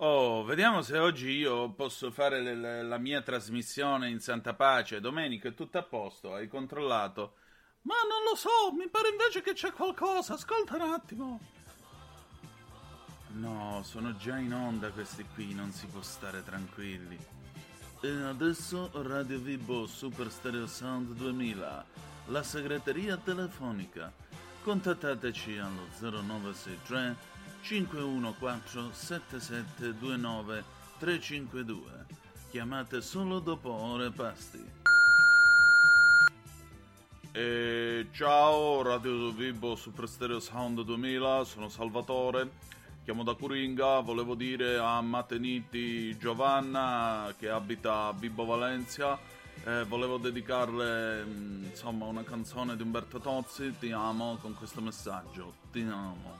Oh, vediamo se oggi io posso fare la mia trasmissione in santa pace. Domenico, è tutto a posto? Hai controllato? Ma non lo so, mi pare invece che c'è qualcosa. Ascolta un attimo. No, sono già in onda questi qui, non si può stare tranquilli. E adesso Radio Vibo Super Stereo Sound 2000, la segreteria telefonica. Contattateci allo 0963 514 7729 352. Chiamate solo dopo ore pasti. Ciao, Radio Vibo Super Stereo Sound 2000, sono Salvatore. Chiamo da Curinga, volevo dire a Mateniti Giovanna che abita a Vibo Valencia, volevo dedicarle insomma una canzone di Umberto Tozzi, ti amo, con questo messaggio, ti amo.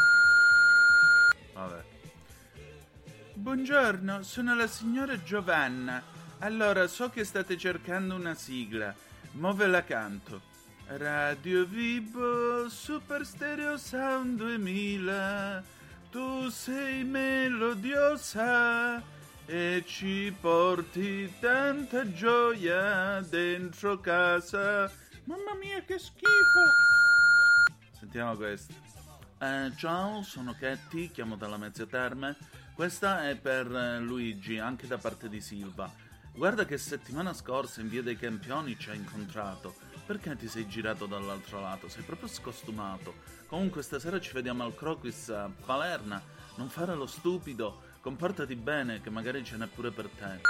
Vabbè. Buongiorno, sono la signora Giovanna. Allora, so che state cercando una sigla, mo ve la canto. Radio Vibo Super Stereo Sound 2000. Tu sei melodiosa e ci porti tanta gioia dentro casa. Mamma mia, che schifo! Sentiamo questo. Ciao, sono Ketty, chiamo dalla Mezzia Terme. Questa è per Luigi, anche da parte di Silva. Guarda che settimana scorsa in Via dei Campioni ci ha incontrato. Perché ti sei girato dall'altro lato? Sei proprio scostumato. Comunque stasera ci vediamo al Crocus a Palerna. Non fare lo stupido. Comportati bene, che magari ce n'è pure per te.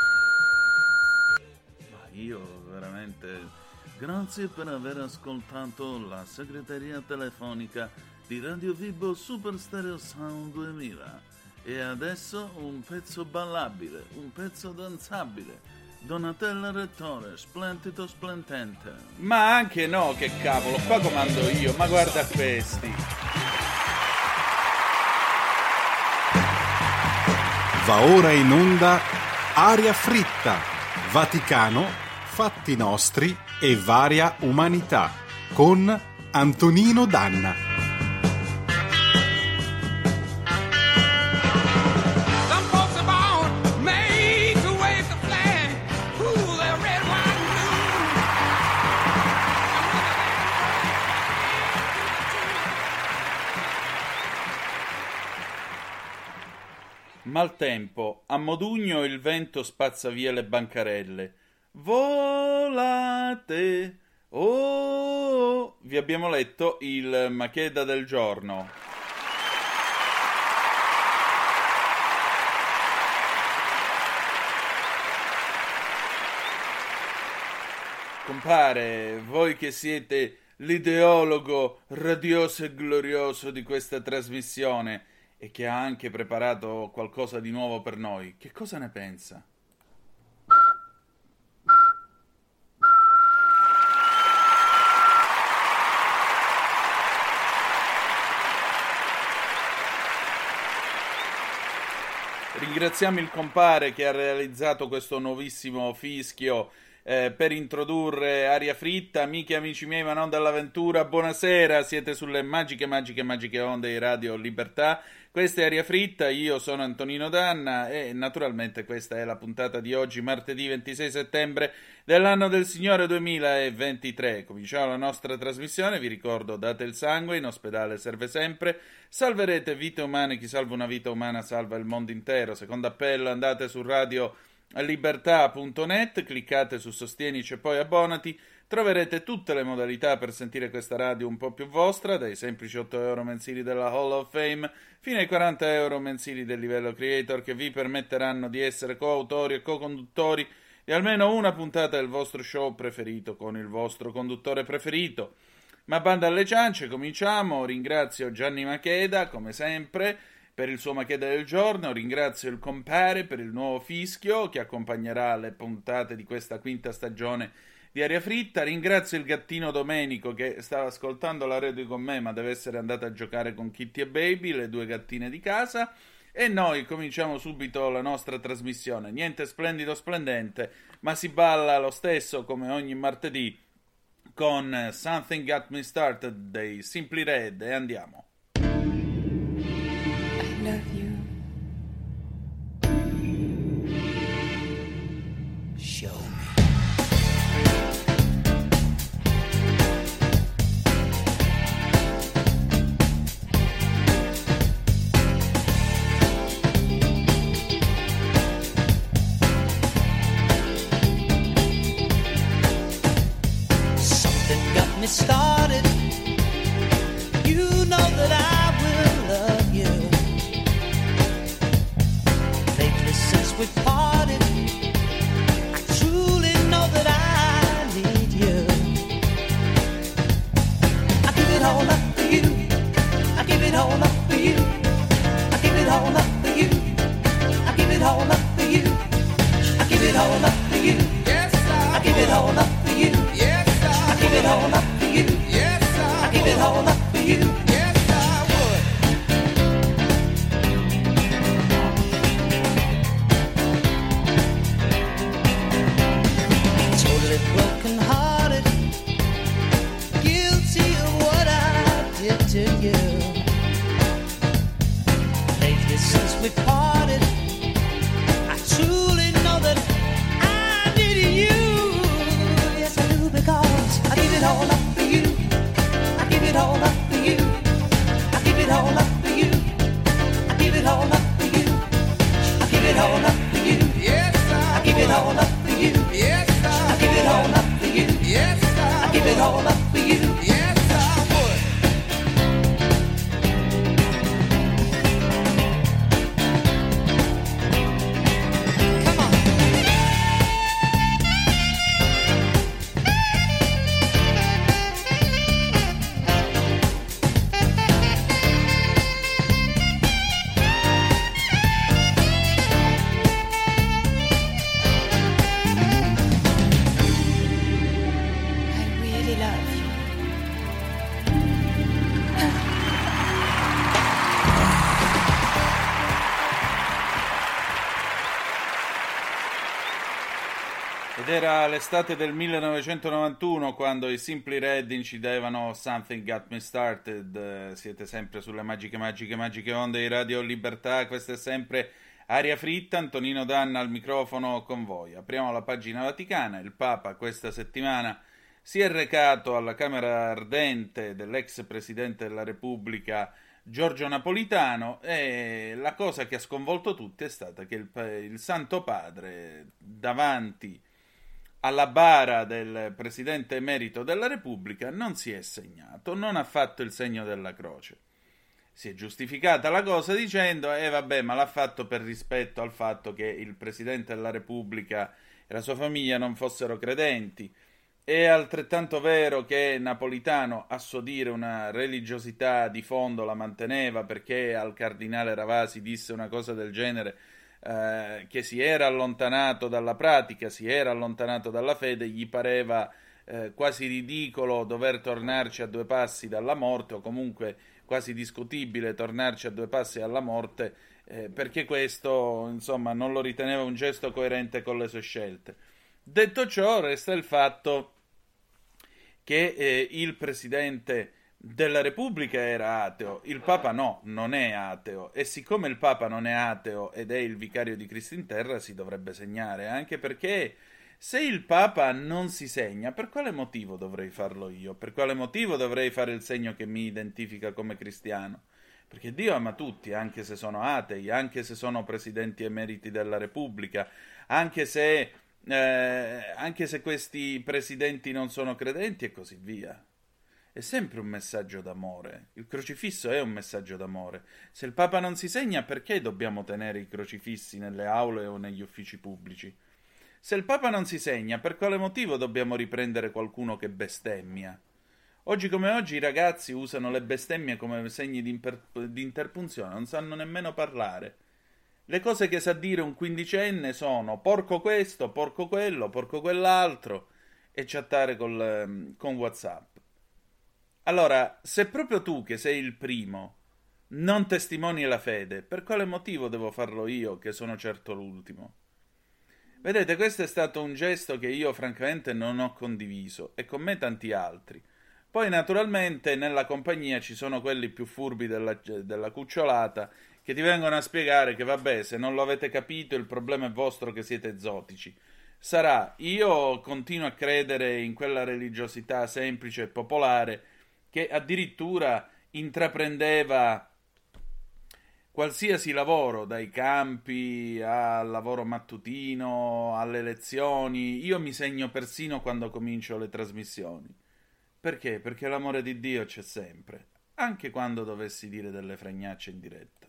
Ma io veramente... Grazie per aver ascoltato la segreteria telefonica di Radio Vibo Super Stereo Sound 2000. E adesso un pezzo ballabile, un pezzo danzabile. Donatella Rettore, splendido splendente. Ma anche no, che cavolo, qua comando io, ma guarda questi. Va ora in onda Aria Fritta, Vaticano, Fatti Nostri e Varia Umanità, con Antonino Danna. Maltempo, a Modugno il vento spazza via le bancarelle. Volate, oh! Vi abbiamo letto il Macheda del giorno. Compare, voi che siete l'ideologo radioso e glorioso di questa trasmissione e che ha anche preparato qualcosa di nuovo per noi, che cosa ne pensa? Ringraziamo il compare che ha realizzato questo nuovissimo fischio per introdurre Aria Fritta. Amiche e amici miei, ma non dall'avventura, buonasera, siete sulle magiche onde di Radio Libertà. Questa è Aria Fritta, io sono Antonino Danna e naturalmente questa è la puntata di oggi, martedì 26 settembre dell'anno del Signore 2023. Cominciamo la nostra trasmissione, vi ricordo, date il sangue, in ospedale serve sempre, salverete vite umane, chi salva una vita umana salva il mondo intero. Secondo appello, andate su radiolibertà.net, cliccate su Sostienici e poi abbonati. Troverete tutte le modalità per sentire questa radio un po' più vostra, dai semplici 8 euro mensili della Hall of Fame fino ai 40 euro mensili del livello creator, che vi permetteranno di essere coautori e co-conduttori di almeno una puntata del vostro show preferito con il vostro conduttore preferito. Ma banda alle ciance, cominciamo. Ringrazio Gianni Macheda, come sempre, per il suo Macheda del giorno. Ringrazio il compare per il nuovo fischio che accompagnerà le puntate di questa quinta stagione di Aria Fritta. Ringrazio il gattino Domenico che stava ascoltando la radio con me, ma deve essere andato a giocare con Kitty e Baby, le due gattine di casa. E noi cominciamo subito la nostra trasmissione. Niente splendido splendente, ma si balla lo stesso come ogni martedì con Something Got Me Started dei Simply Red. E andiamo. I love you. since we parted. I truly know that I needed you. Yes, I do, because I give it all up for you. I give it all up for you. I give it all up for you. I give it all up for you. I give it all up for you. Yes, I give it all up for you. Yes, I give it all up for you. Yes, I give it all up for you. Yes, I would. Era l'estate del 1991 quando i Simply Red incidevano Something Got Me Started. Siete sempre sulle magiche onde di Radio Libertà. Questa è sempre Aria Fritta, Antonino Danna al microfono con voi. Apriamo la pagina vaticana. Il Papa questa settimana si è recato alla Camera Ardente dell'ex Presidente della Repubblica Giorgio Napolitano, e la cosa che ha sconvolto tutti è stata che il Santo Padre, davanti alla bara del Presidente emerito della Repubblica, non si è segnato, non ha fatto il segno della croce. Si è giustificata la cosa dicendo vabbè, ma l'ha fatto per rispetto al fatto che il Presidente della Repubblica e la sua famiglia non fossero credenti. È altrettanto vero che Napolitano, a suo dire, una religiosità di fondo la manteneva, perché al cardinale Ravasi disse una cosa del genere, che si era allontanato dalla pratica, si era allontanato dalla fede, gli pareva quasi ridicolo dover tornarci a due passi dalla morte, o comunque quasi discutibile tornarci a due passi dalla morte, perché questo, insomma, non lo riteneva un gesto coerente con le sue scelte. Detto ciò, resta il fatto che il Presidente della Repubblica era ateo, il Papa no, non è ateo, e siccome il Papa non è ateo ed è il vicario di Cristo in terra, si dovrebbe segnare, anche perché se il Papa non si segna, per quale motivo dovrei farlo io? Per quale motivo dovrei fare il segno che mi identifica come cristiano? Perché Dio ama tutti, anche se sono atei, anche se sono presidenti emeriti della Repubblica, anche se questi presidenti non sono credenti e così via. È sempre un messaggio d'amore. Il crocifisso è un messaggio d'amore. Se il Papa non si segna, perché dobbiamo tenere i crocifissi nelle aule o negli uffici pubblici? Se il Papa non si segna, per quale motivo dobbiamo riprendere qualcuno che bestemmia? Oggi come oggi i ragazzi usano le bestemmie come segni di interpunzione, non sanno nemmeno parlare. Le cose che sa dire un quindicenne sono porco questo, porco quello, porco quell'altro, e chattare con WhatsApp. Allora, se proprio tu, che sei il primo, non testimoni la fede, per quale motivo devo farlo io, che sono certo l'ultimo? Vedete, questo è stato un gesto che io francamente non ho condiviso, e con me tanti altri. Poi naturalmente nella compagnia ci sono quelli più furbi della cucciolata, che ti vengono a spiegare che vabbè, se non lo avete capito il problema è vostro che siete zotici. Sarà, io continuo a credere in quella religiosità semplice e popolare che addirittura intraprendeva qualsiasi lavoro, dai campi al lavoro mattutino, alle lezioni. Io mi segno persino quando comincio le trasmissioni. Perché? Perché l'amore di Dio c'è sempre, anche quando dovessi dire delle fregnacce in diretta.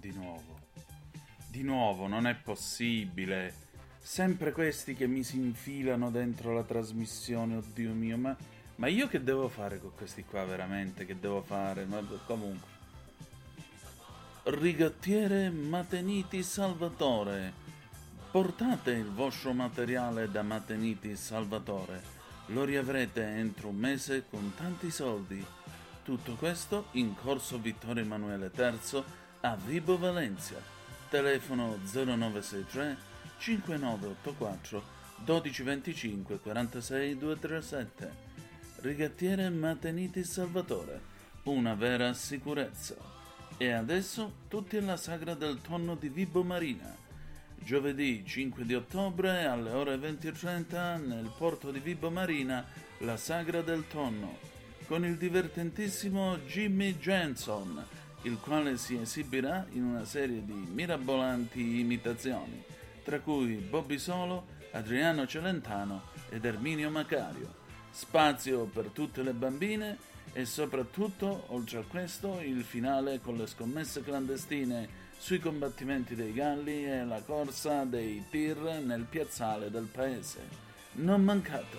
Di nuovo, non è possibile. Sempre questi che mi si infilano dentro la trasmissione, oddio mio, ma io che devo fare con questi qua veramente? Che devo fare? Ma comunque. Rigattiere Mateniti Salvatore. Portate il vostro materiale da Mateniti Salvatore. Lo riavrete entro un mese con tanti soldi. Tutto questo in corso Vittorio Emanuele III a Vibo Valencia. Telefono 0963 5984 1225 46 237. Rigattiere Mateniti Salvatore. Una vera sicurezza. E adesso tutti alla Sagra del Tonno di Vibo Marina. Giovedì 5 di ottobre alle ore 20:30 nel porto di Vibo Marina la Sagra del Tonno con il divertentissimo Jimmy Jenson, il quale si esibirà in una serie di mirabolanti imitazioni, tra cui Bobby Solo, Adriano Celentano ed Erminio Macario. Spazio per tutte le bambine e soprattutto, oltre a questo, il finale con le scommesse clandestine sui combattimenti dei galli e la corsa dei tir nel piazzale del paese. Non mancate!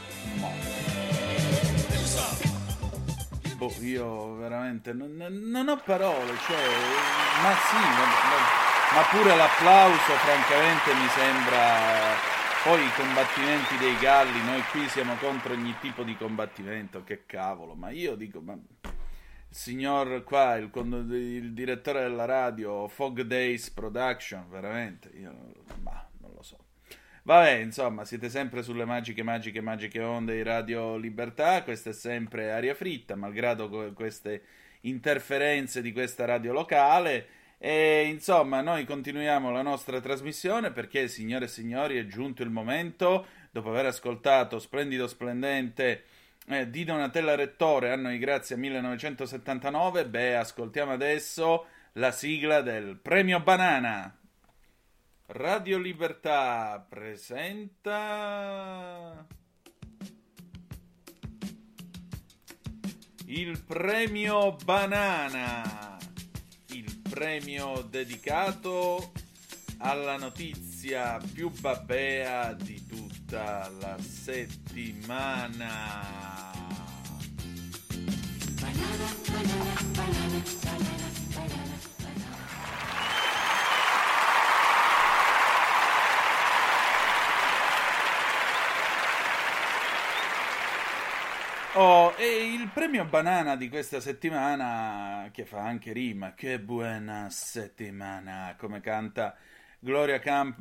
Io veramente non ho parole, cioè, ma sì, ma pure l'applauso francamente mi sembra. Poi i combattimenti dei galli, noi qui siamo contro ogni tipo di combattimento, che cavolo, ma io dico, ma il signor qua, il direttore della radio, Fog Days Production, veramente, io non lo so. Vabbè, insomma, siete sempre sulle magiche onde di Radio Libertà, questa è sempre Aria Fritta, malgrado queste interferenze di questa radio locale. E insomma, noi continuiamo la nostra trasmissione perché, signore e signori, è giunto il momento, dopo aver ascoltato Splendido Splendente di Donatella Rettore, anno di grazia 1979, ascoltiamo adesso la sigla del Premio Banana. Radio Libertà presenta il Premio Banana. Il premio dedicato alla notizia più babbea di tutta la settimana. E il premio Banana di questa settimana, che fa anche rima, che buona settimana, come canta Greta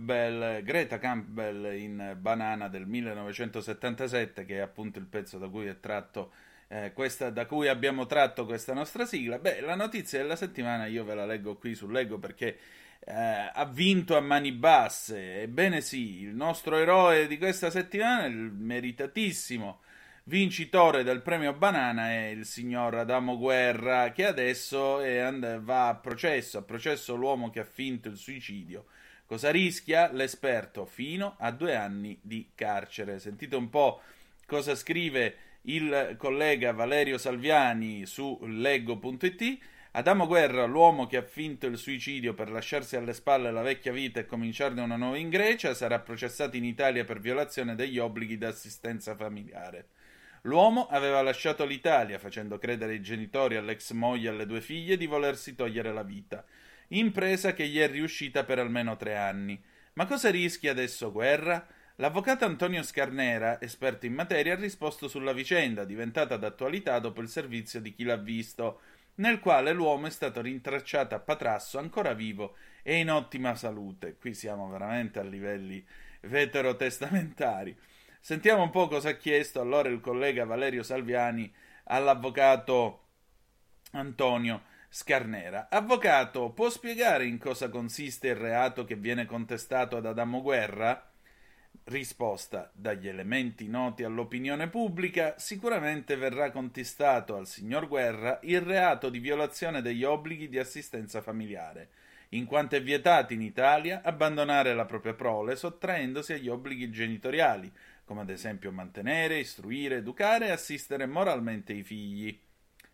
Campbell in Banana del 1977, che è appunto il pezzo da cui è tratto da cui abbiamo tratto questa nostra sigla. La notizia della settimana io ve la leggo qui sul Leggo perché ha vinto a mani basse. Ebbene sì, il nostro eroe di questa settimana, il meritatissimo vincitore del premio Banana, è il signor Adamo Guerra, che adesso va a processo l'uomo che ha finto il suicidio. Cosa rischia? L'esperto, fino a 2 anni di carcere. Sentite un po' cosa scrive il collega Valerio Salviani su leggo.it. Adamo Guerra, l'uomo che ha finto il suicidio per lasciarsi alle spalle la vecchia vita e cominciarne una nuova in Grecia, sarà processato in Italia per violazione degli obblighi di assistenza familiare. L'uomo aveva lasciato l'Italia, facendo credere ai genitori, all'ex moglie e alle 2 figlie di volersi togliere la vita, impresa che gli è riuscita per almeno 3 anni. Ma cosa rischia adesso Guerra? L'avvocato Antonio Scarnera, esperto in materia, ha risposto sulla vicenda, diventata d'attualità dopo il servizio di Chi l'ha visto, nel quale l'uomo è stato rintracciato a Patrasso ancora vivo e in ottima salute. Qui siamo veramente a livelli veterotestamentari. Sentiamo un po' cosa ha chiesto allora il collega Valerio Salviani all'avvocato Antonio Scarnera. Avvocato, può spiegare in cosa consiste il reato che viene contestato ad Adamo Guerra? Risposta: dagli elementi noti all'opinione pubblica, sicuramente verrà contestato al signor Guerra il reato di violazione degli obblighi di assistenza familiare, in quanto è vietato in Italia abbandonare la propria prole sottraendosi agli obblighi genitoriali, come ad esempio mantenere, istruire, educare e assistere moralmente i figli.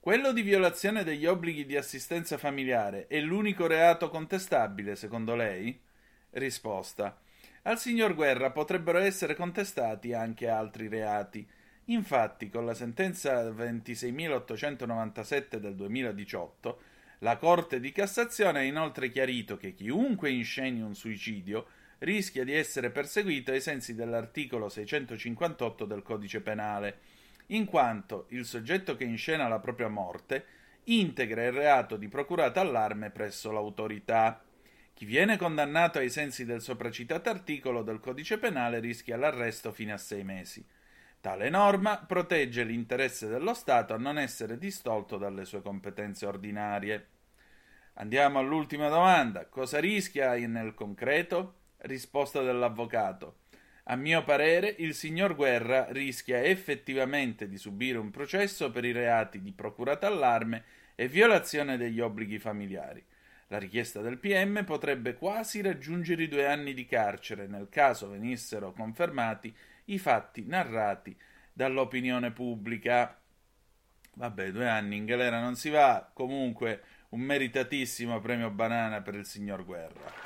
Quello di violazione degli obblighi di assistenza familiare è l'unico reato contestabile, secondo lei? Risposta. Al signor Guerra potrebbero essere contestati anche altri reati. Infatti, con la sentenza 26.897 del 2018, la Corte di Cassazione ha inoltre chiarito che chiunque insceni un suicidio rischia di essere perseguito ai sensi dell'articolo 658 del Codice Penale, in quanto il soggetto che inscena la propria morte integra il reato di procurata allarme presso l'autorità. Chi viene condannato ai sensi del sopracitato articolo del Codice Penale rischia l'arresto fino a 6 mesi. Tale norma protegge l'interesse dello Stato a non essere distolto dalle sue competenze ordinarie. Andiamo all'ultima domanda. Cosa rischia nel concreto? Risposta dell'avvocato. A mio parere, il signor Guerra rischia effettivamente di subire un processo per i reati di procurata allarme e violazione degli obblighi familiari. La richiesta del PM potrebbe quasi raggiungere i 2 anni di carcere nel caso venissero confermati i fatti narrati dall'opinione pubblica. Vabbè, 2 anni in galera non si va, comunque un meritatissimo premio banana per il signor Guerra.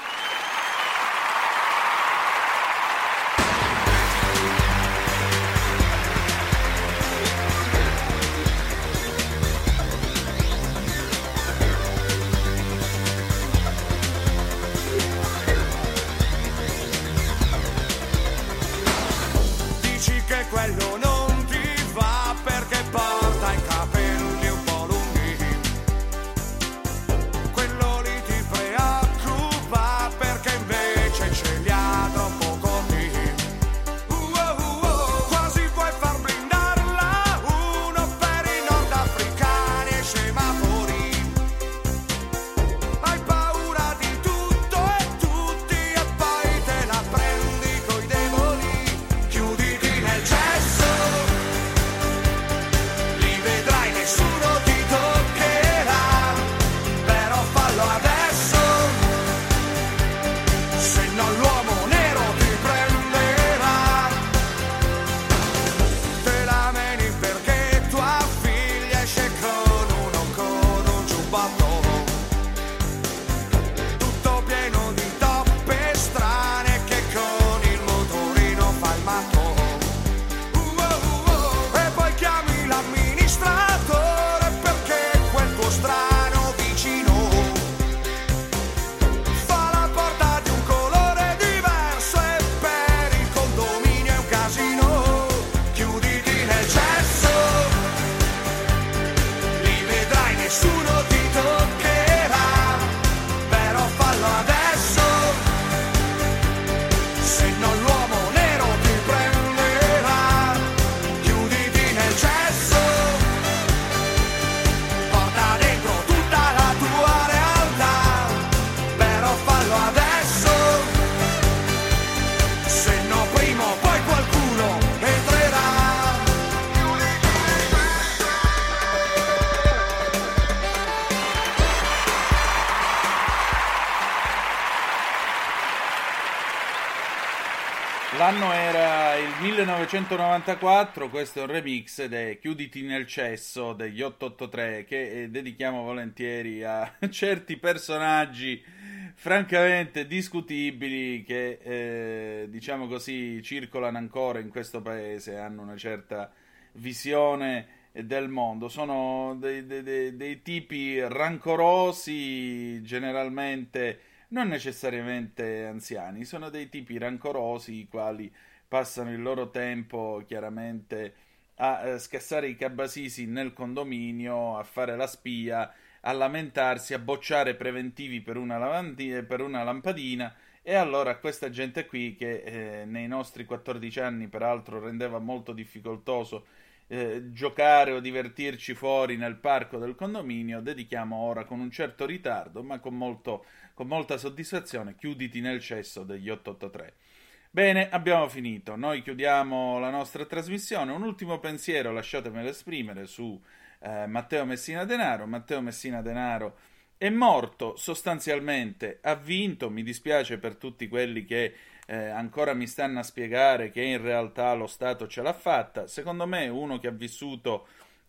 Quello non ti va perché porta i capelli un po' lunghi. Quello lì ti preoccupa perché invece ce li ha troppo corti. Quasi vuoi far blindarla uno per i nordafricani e semafori. Hai paura di tutto e tutti e poi te la prendi coi deboli. Chiuditi nel cesso, li vedrai, nessuno ti toccherà, però fallo adesso, se no l'uomo nero ti prenderà. Te la meni perché tua figlia esce con un giubbotto tutto pieno di toppe strane che con il motorino fa il matto. E poi chiami l'amministratore perché quel tuo strano vicino fa la porta di un colore diverso e per il condominio è un casino. Chiuditi nel cesso, li vedrai, nessuno ti toccherà, però fallo adesso, se no l'uomo nero ti prenderà. Chiuditi nel cesso, porta dentro tutta la tua realtà, però fallo adesso, se no prima o poi qualcuno entrerà. L'anno era il 1994, questo è un remix ed è Chiuditi nel cesso degli 883 che dedichiamo volentieri a certi personaggi francamente discutibili che, diciamo così, circolano ancora in questo paese, hanno una certa visione del mondo. Sono dei tipi rancorosi, generalmente non necessariamente anziani, sono dei tipi rancorosi i quali passano il loro tempo chiaramente a scassare i cabasisi nel condominio, a fare la spia, a lamentarsi, a bocciare preventivi per una lampadina. E allora questa gente qui che nei nostri 14 anni peraltro rendeva molto difficoltoso giocare o divertirci fuori nel parco del condominio, dedichiamo ora con un certo ritardo ma con molta soddisfazione Chiuditi nel cesso degli 883. Bene, abbiamo finito, noi chiudiamo la nostra trasmissione. Un ultimo pensiero lasciatemelo esprimere su Matteo Messina Denaro. Matteo Messina Denaro è morto, sostanzialmente ha vinto. Mi dispiace per tutti quelli che ancora mi stanno a spiegare che in realtà lo Stato ce l'ha fatta. Secondo me uno che ha vissuto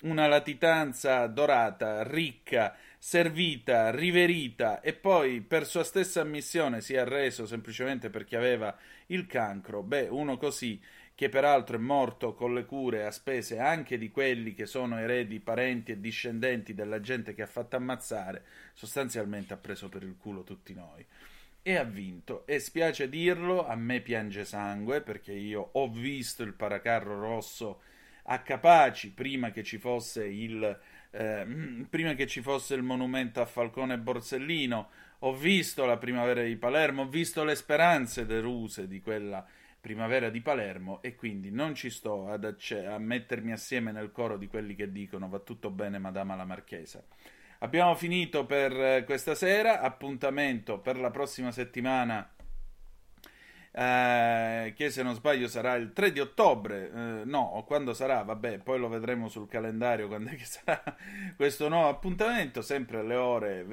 una latitanza dorata, ricca, servita, riverita, e poi per sua stessa ammissione si è arreso semplicemente perché aveva il cancro. Beh, uno così, che peraltro è morto con le cure a spese anche di quelli che sono eredi, parenti e discendenti della gente che ha fatto ammazzare, sostanzialmente ha preso per il culo tutti noi. E ha vinto, e spiace dirlo, a me piange sangue, perché io ho visto il paracarro rosso a Capaci prima che ci fosse il monumento a Falcone e Borsellino, ho visto la primavera di Palermo, ho visto le speranze deluse di quella primavera di Palermo, e quindi non ci sto a mettermi assieme nel coro di quelli che dicono va tutto bene madama la marchesa. Abbiamo finito per questa sera, appuntamento per la prossima settimana, che se non sbaglio sarà il 3 di ottobre, no, quando sarà, vabbè, poi lo vedremo sul calendario quando è che sarà questo nuovo appuntamento, sempre alle ore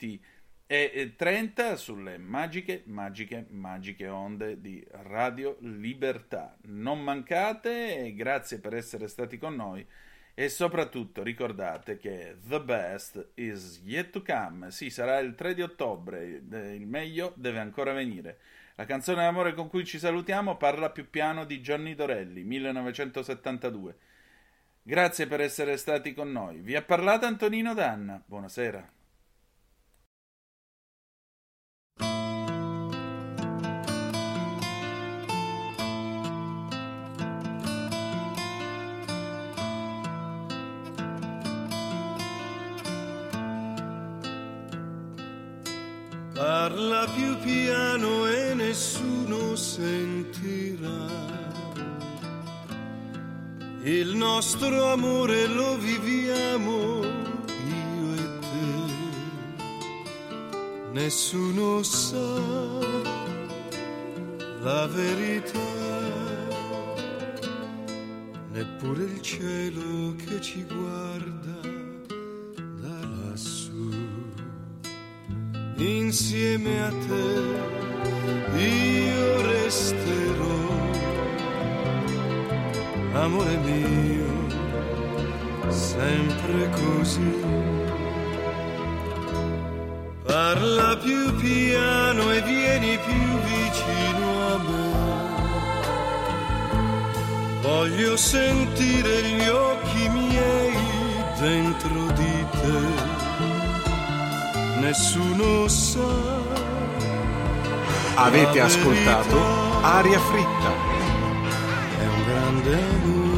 20:30 sulle magiche onde di Radio Libertà. Non mancate, e grazie per essere stati con noi, e soprattutto ricordate che the best is yet to come. Sì, sarà il 3 di ottobre, il meglio deve ancora venire. La canzone d'amore con cui ci salutiamo, Parla più piano, di Johnny Dorelli, 1972. Grazie per essere stati con noi. Vi ha parlato Antonino Danna. Buonasera. Parla più piano e nessuno sentirà. Il nostro amore lo viviamo io e te. Nessuno sa la verità, neppure il cielo che ci guarda da lassù. Insieme a te io resterò, amore mio, sempre così. Parla più piano e vieni più vicino a me. Voglio sentire gli occhi miei dentro di te. Nessuno sa. Avete ascoltato Aria Fritta. È un grande amore.